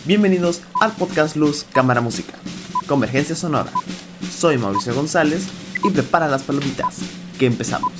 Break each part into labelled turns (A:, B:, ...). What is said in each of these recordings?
A: Bienvenidos al podcast Luz, Cámara, Música, Convergencia Sonora. Soy Mauricio González y prepara las palomitas, que empezamos.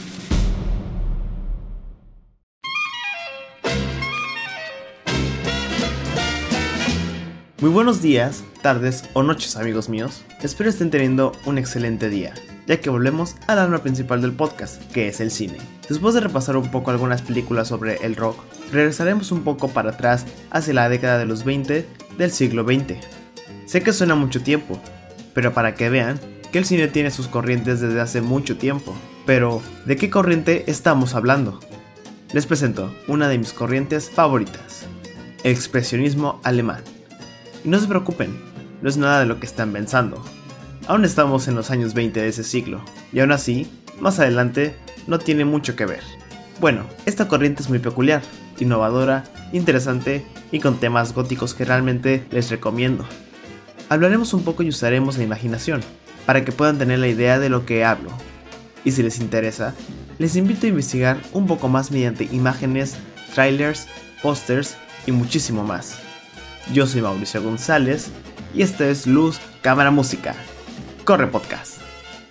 A: Muy buenos días, tardes o noches, amigos míos. Espero estén teniendo un excelente día, ya que volvemos al alma principal del podcast, que es el cine. Después de repasar un poco algunas películas sobre el rock, regresaremos un poco para atrás hacia la década de los 20 del siglo XX. Sé que suena mucho tiempo, pero para que vean que el cine tiene sus corrientes desde hace mucho tiempo. Pero, ¿de qué corriente estamos hablando? Les presento una de mis corrientes favoritas, el expresionismo alemán. Y no se preocupen, no es nada de lo que están pensando. Aún estamos en los años 20 de ese siglo, y aún así, más adelante, no tiene mucho que ver. Bueno, esta corriente es muy peculiar, innovadora, interesante y con temas góticos que realmente les recomiendo. Hablaremos un poco y usaremos la imaginación, para que puedan tener la idea de lo que hablo. Y si les interesa, les invito a investigar un poco más mediante imágenes, trailers, pósters y muchísimo más. Yo soy Mauricio González y esto es Luz, Cámara, Música. Corre podcast.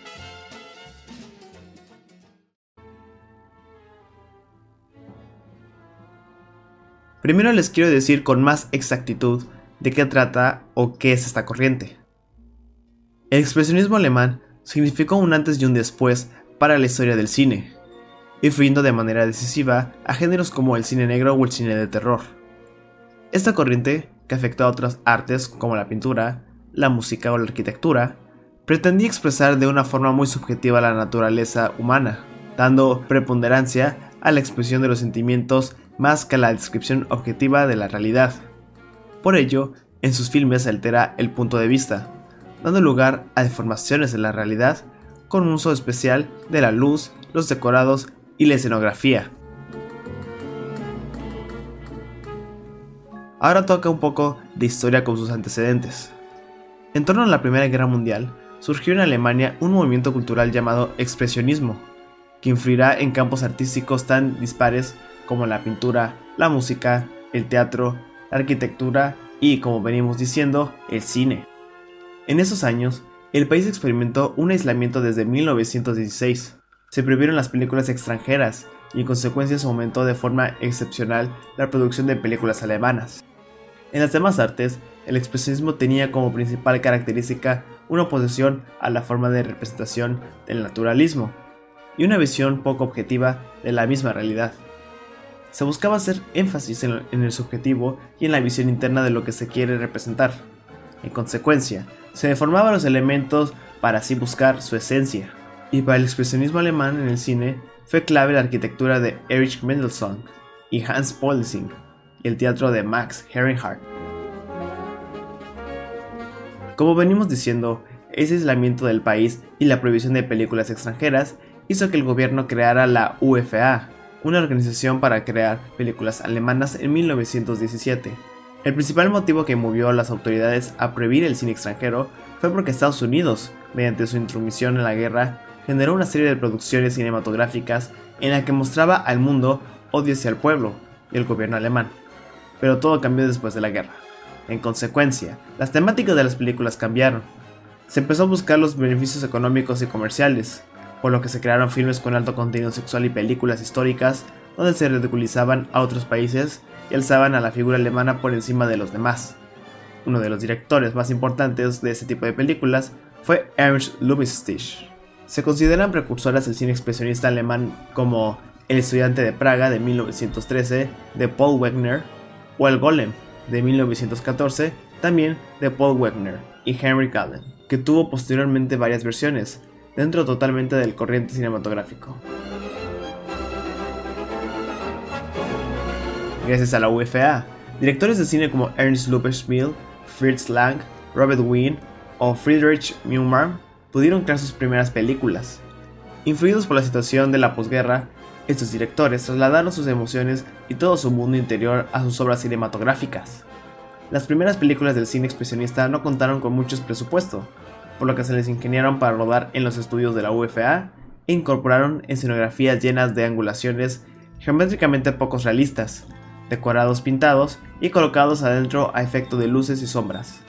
A: Primero les quiero decir con más exactitud de qué trata o qué es esta corriente. El expresionismo alemán significó un antes y un después para la historia del cine, influyendo de manera decisiva a géneros como el cine negro o el cine de terror. Esta corriente, que afectó a otras artes como la pintura, la música o la arquitectura, pretendía expresar de una forma muy subjetiva la naturaleza humana, dando preponderancia a la expresión de los sentimientos más que a la descripción objetiva de la realidad. Por ello, en sus filmes se altera el punto de vista, dando lugar a deformaciones de la realidad con un uso especial de la luz, los decorados y la escenografía. Ahora toca un poco de historia con sus antecedentes. En torno a la Primera Guerra Mundial, surgió en Alemania un movimiento cultural llamado expresionismo, que influirá en campos artísticos tan dispares como la pintura, la música, el teatro, la arquitectura y, como venimos diciendo, el cine. En esos años, el país experimentó un aislamiento desde 1916. Se prohibieron las películas extranjeras y en consecuencia se aumentó de forma excepcional la producción de películas alemanas. En las demás artes, el expresionismo tenía como principal característica una oposición a la forma de representación del naturalismo y una visión poco objetiva de la misma realidad. Se buscaba hacer énfasis en el subjetivo y en la visión interna de lo que se quiere representar. En consecuencia, se deformaban los elementos para así buscar su esencia. Y para el expresionismo alemán en el cine fue clave la arquitectura de Erich Mendelssohn y Hans Poelzing y el teatro de Max Herrenhardt. Como venimos diciendo, ese aislamiento del país y la prohibición de películas extranjeras hizo que el gobierno creara la UFA, una organización para crear películas alemanas en 1917. El principal motivo que movió a las autoridades a prohibir el cine extranjero fue porque Estados Unidos, mediante su intromisión en la guerra, generó una serie de producciones cinematográficas en la que mostraba al mundo odio hacia el pueblo y el gobierno alemán. Pero todo cambió después de la guerra. En consecuencia, las temáticas de las películas cambiaron. Se empezó a buscar los beneficios económicos y comerciales, por lo que se crearon filmes con alto contenido sexual y películas históricas donde se ridiculizaban a otros países y alzaban a la figura alemana por encima de los demás. Uno de los directores más importantes de este tipo de películas fue Ernst Lubitsch. Se consideran precursoras del cine expresionista alemán como El estudiante de Praga de 1913 de Paul Wegener o El Golem de 1914 también de Paul Wegener y Henrik Allen, que tuvo posteriormente varias versiones, dentro totalmente del corriente cinematográfico. Gracias a la UFA, directores de cine como Ernst Lubitsch, Fritz Lang, Robert Wiene o Friedrich Neumann pudieron crear sus primeras películas. Influidos por la situación de la posguerra, estos directores trasladaron sus emociones y todo su mundo interior a sus obras cinematográficas. Las primeras películas del cine expresionista no contaron con mucho presupuesto, por lo que se les ingeniaron para rodar en los estudios de la UFA e incorporaron escenografías llenas de angulaciones geométricamente poco realistas, decorados pintados y colocados adentro a efecto de luces y sombras.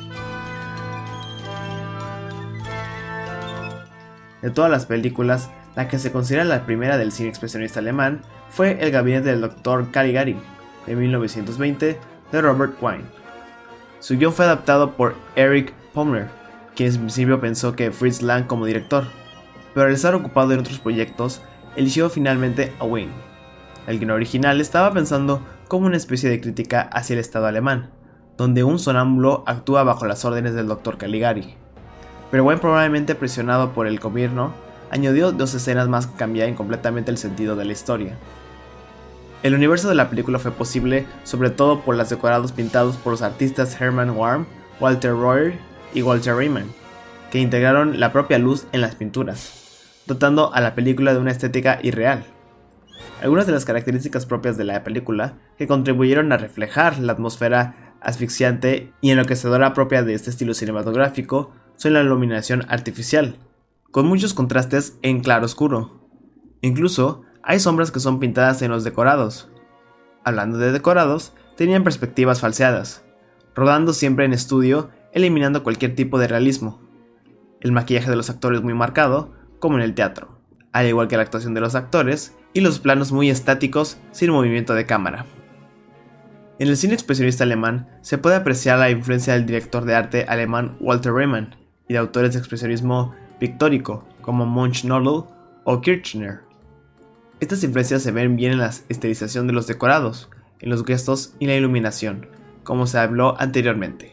A: De todas las películas, la que se considera la primera del cine expresionista alemán fue El gabinete del Dr. Caligari, de 1920, de Robert Wiene. Su guion fue adaptado por Erich Pommer, quien en principio pensó que Fritz Lang como director, pero al estar ocupado en otros proyectos, eligió finalmente a Wiene. El guion original estaba pensando como una especie de crítica hacia el Estado alemán, donde un sonámbulo actúa bajo las órdenes del Dr. Caligari. Pero Wiene, probablemente presionado por el gobierno, añadió 2 escenas más que cambiaban completamente el sentido de la historia. El universo de la película fue posible sobre todo por los decorados pintados por los artistas Hermann Warm, Walter Royer y Walter Reimann, que integraron la propia luz en las pinturas, dotando a la película de una estética irreal. Algunas de las características propias de la película que contribuyeron a reflejar la atmósfera asfixiante y enloquecedora propia de este estilo cinematográfico son la iluminación artificial, con muchos contrastes en claro-oscuro. Incluso hay sombras que son pintadas en los decorados. Hablando de decorados, tenían perspectivas falseadas, rodando siempre en estudio, eliminando cualquier tipo de realismo. El maquillaje de los actores muy marcado, como en el teatro, al igual que la actuación de los actores, y los planos muy estáticos, sin movimiento de cámara. En el cine expresionista alemán se puede apreciar la influencia del director de arte alemán Walter Reimann y de autores de expresionismo pictórico como Munch-Nodl o Kirchner. Estas influencias se ven bien en la estilización de los decorados, en los gestos y la iluminación, como se habló anteriormente.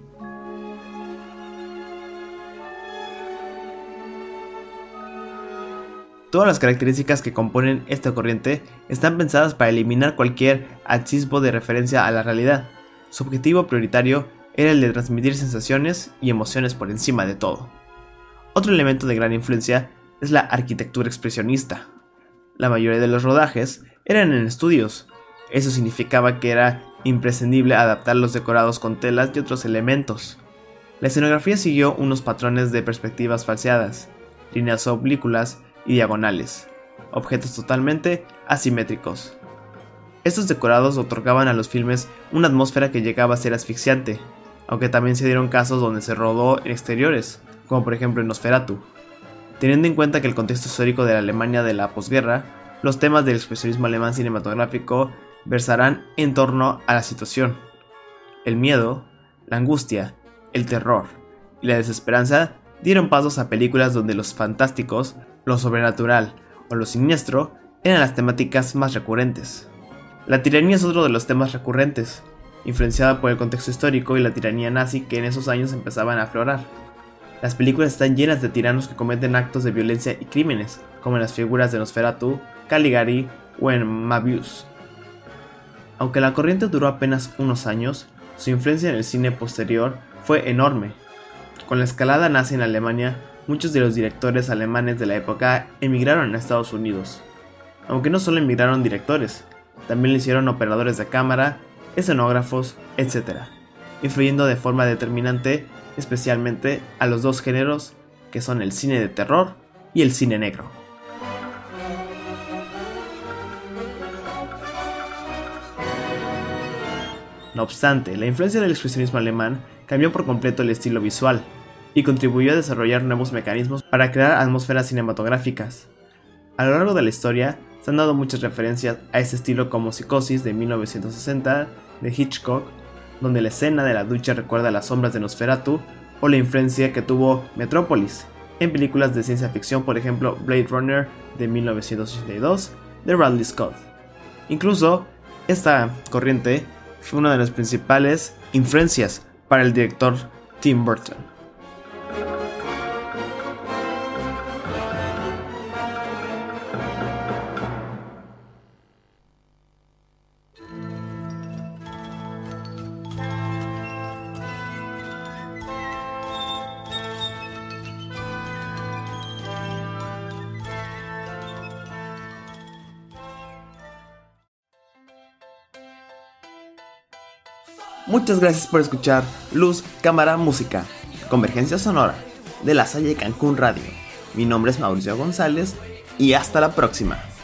A: Todas las características que componen esta corriente están pensadas para eliminar cualquier atisbo de referencia a la realidad. Su objetivo prioritario era el de transmitir sensaciones y emociones por encima de todo. Otro elemento de gran influencia es la arquitectura expresionista. La mayoría de los rodajes eran en estudios. Eso significaba que era imprescindible adaptar los decorados con telas y otros elementos. La escenografía siguió unos patrones de perspectivas falseadas, líneas oblicuas y diagonales, objetos totalmente asimétricos. Estos decorados otorgaban a los filmes una atmósfera que llegaba a ser asfixiante, aunque también se dieron casos donde se rodó en exteriores, como por ejemplo en Nosferatu. Teniendo en cuenta que el contexto histórico de la Alemania de la posguerra, los temas del expresionismo alemán cinematográfico versarán en torno a la situación. El miedo, la angustia, el terror y la desesperanza dieron pasos a películas donde los fantásticos, lo sobrenatural o lo siniestro eran las temáticas más recurrentes. La tiranía es otro de los temas recurrentes, influenciada por el contexto histórico y la tiranía nazi que en esos años empezaban a aflorar. Las películas están llenas de tiranos que cometen actos de violencia y crímenes, como en las figuras de Nosferatu, Caligari o en Möbius. Aunque la corriente duró apenas unos años, su influencia en el cine posterior fue enorme. Con la escalada nazi en Alemania, muchos de los directores alemanes de la época emigraron a Estados Unidos. Aunque no solo emigraron directores, también lo hicieron operadores de cámara, escenógrafos, etc., influyendo de forma determinante especialmente a los dos géneros que son el cine de terror y el cine negro. No obstante, la influencia del expresionismo alemán cambió por completo el estilo visual y contribuyó a desarrollar nuevos mecanismos para crear atmósferas cinematográficas. A lo largo de la historia se han dado muchas referencias a este estilo como Psicosis de 1960 de Hitchcock, donde la escena de la ducha recuerda las sombras de Nosferatu, o la influencia que tuvo Metrópolis en películas de ciencia ficción, por ejemplo Blade Runner de 1982 de Ridley Scott. Incluso esta corriente fue una de las principales influencias para el director Tim Burton. Muchas gracias por escuchar Luz, Cámara, Música, Convergencia Sonora, de La Salle Cancún Radio. Mi nombre es Mauricio González y hasta la próxima.